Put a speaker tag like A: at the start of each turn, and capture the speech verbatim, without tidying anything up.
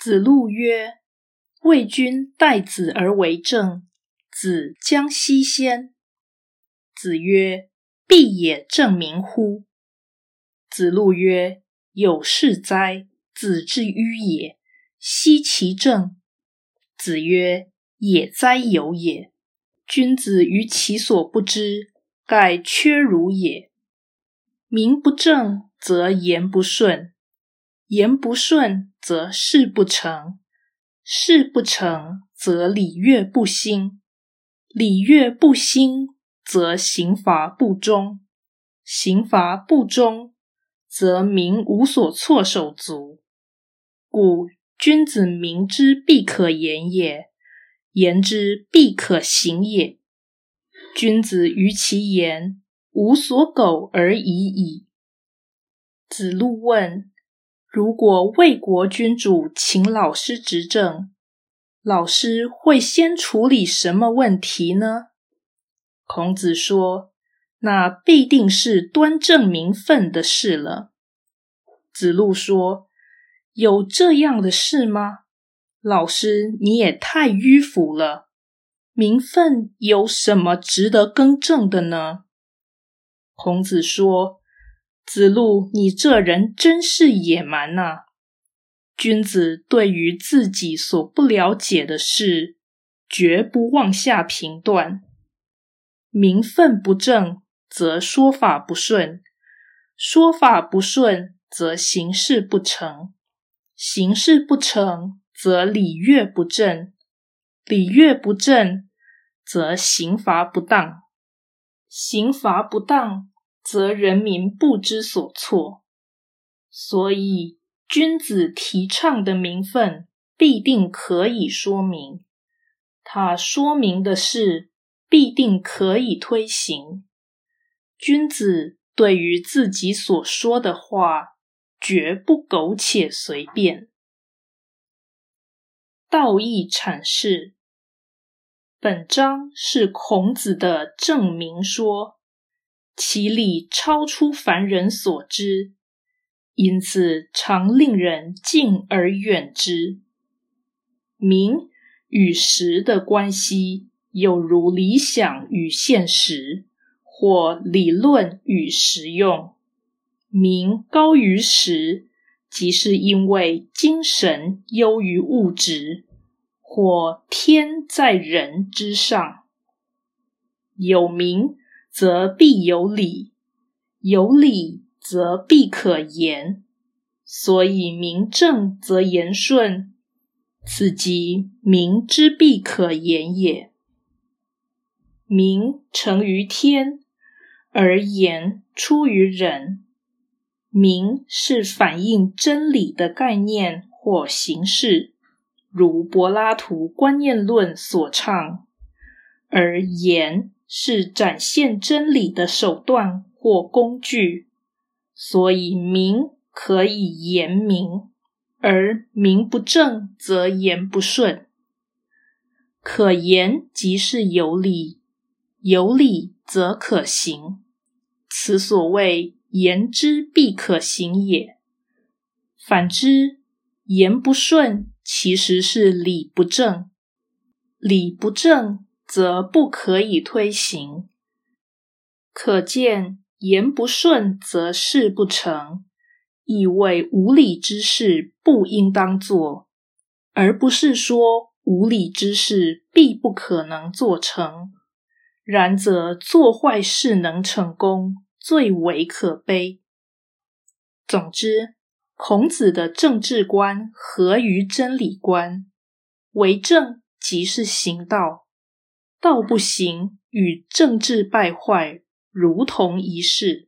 A: 子路曰：魏君待子而为政，子将西先。子曰：必也正名乎？子路曰：有事哉，子之迂也，奚其政？子曰：也哉有也，君子于其所不知，盖缺如也。名不正则言不顺，言不顺则事不成，事不成则礼乐不兴，礼乐不兴则刑罚不忠，刑罚不忠则民无所措手足。故君子明之必可言也，言之必可行也。君子于其言，无所苟而已矣。子路问：如果魏国君主请老师执政，老师会先处理什么问题呢？孔子说：那必定是端正名分的事了。子路说：有这样的事吗？老师，你也太迂腐了。名分有什么值得更正的呢？孔子说：子路，你这人真是野蛮啊！君子对于自己所不了解的事，绝不妄下评断。名分不正，则说法不顺；说法不顺，则行事不成；行事不成，则礼乐不正；礼乐不正，则刑罚不当；刑罚不当，则人民不知所措。所以君子提倡的名分必定可以说明，他说明的事必定可以推行。君子对于自己所说的话，绝不苟且随便。道义阐释。本章是孔子的正名说，其理超出凡人所知，因此常令人敬而远之。名与实的关系，有如理想与现实，或理论与实用。名高于实，即是因为精神优于物质，或天在人之上。有名则必有理，有理则必可言，所以名正则言顺，此即名之必可言也。名成于天，而言出于人。名是反映真理的概念或形式，如柏拉图观念论所倡，而言是展现真理的手段或工具，所以名可以言明，而名不正则言不顺。可言即是有理，有理则可行，此所谓言之必可行也。反之，言不顺其实是理不正，理不正则不可以推行。可见言不顺则事不成，意味无理之事不应当做，而不是说无理之事必不可能做成。然则做坏事能成功，最为可悲。总之，孔子的政治观合于真理观，为政即是行道，道不行与政治败坏如同一事。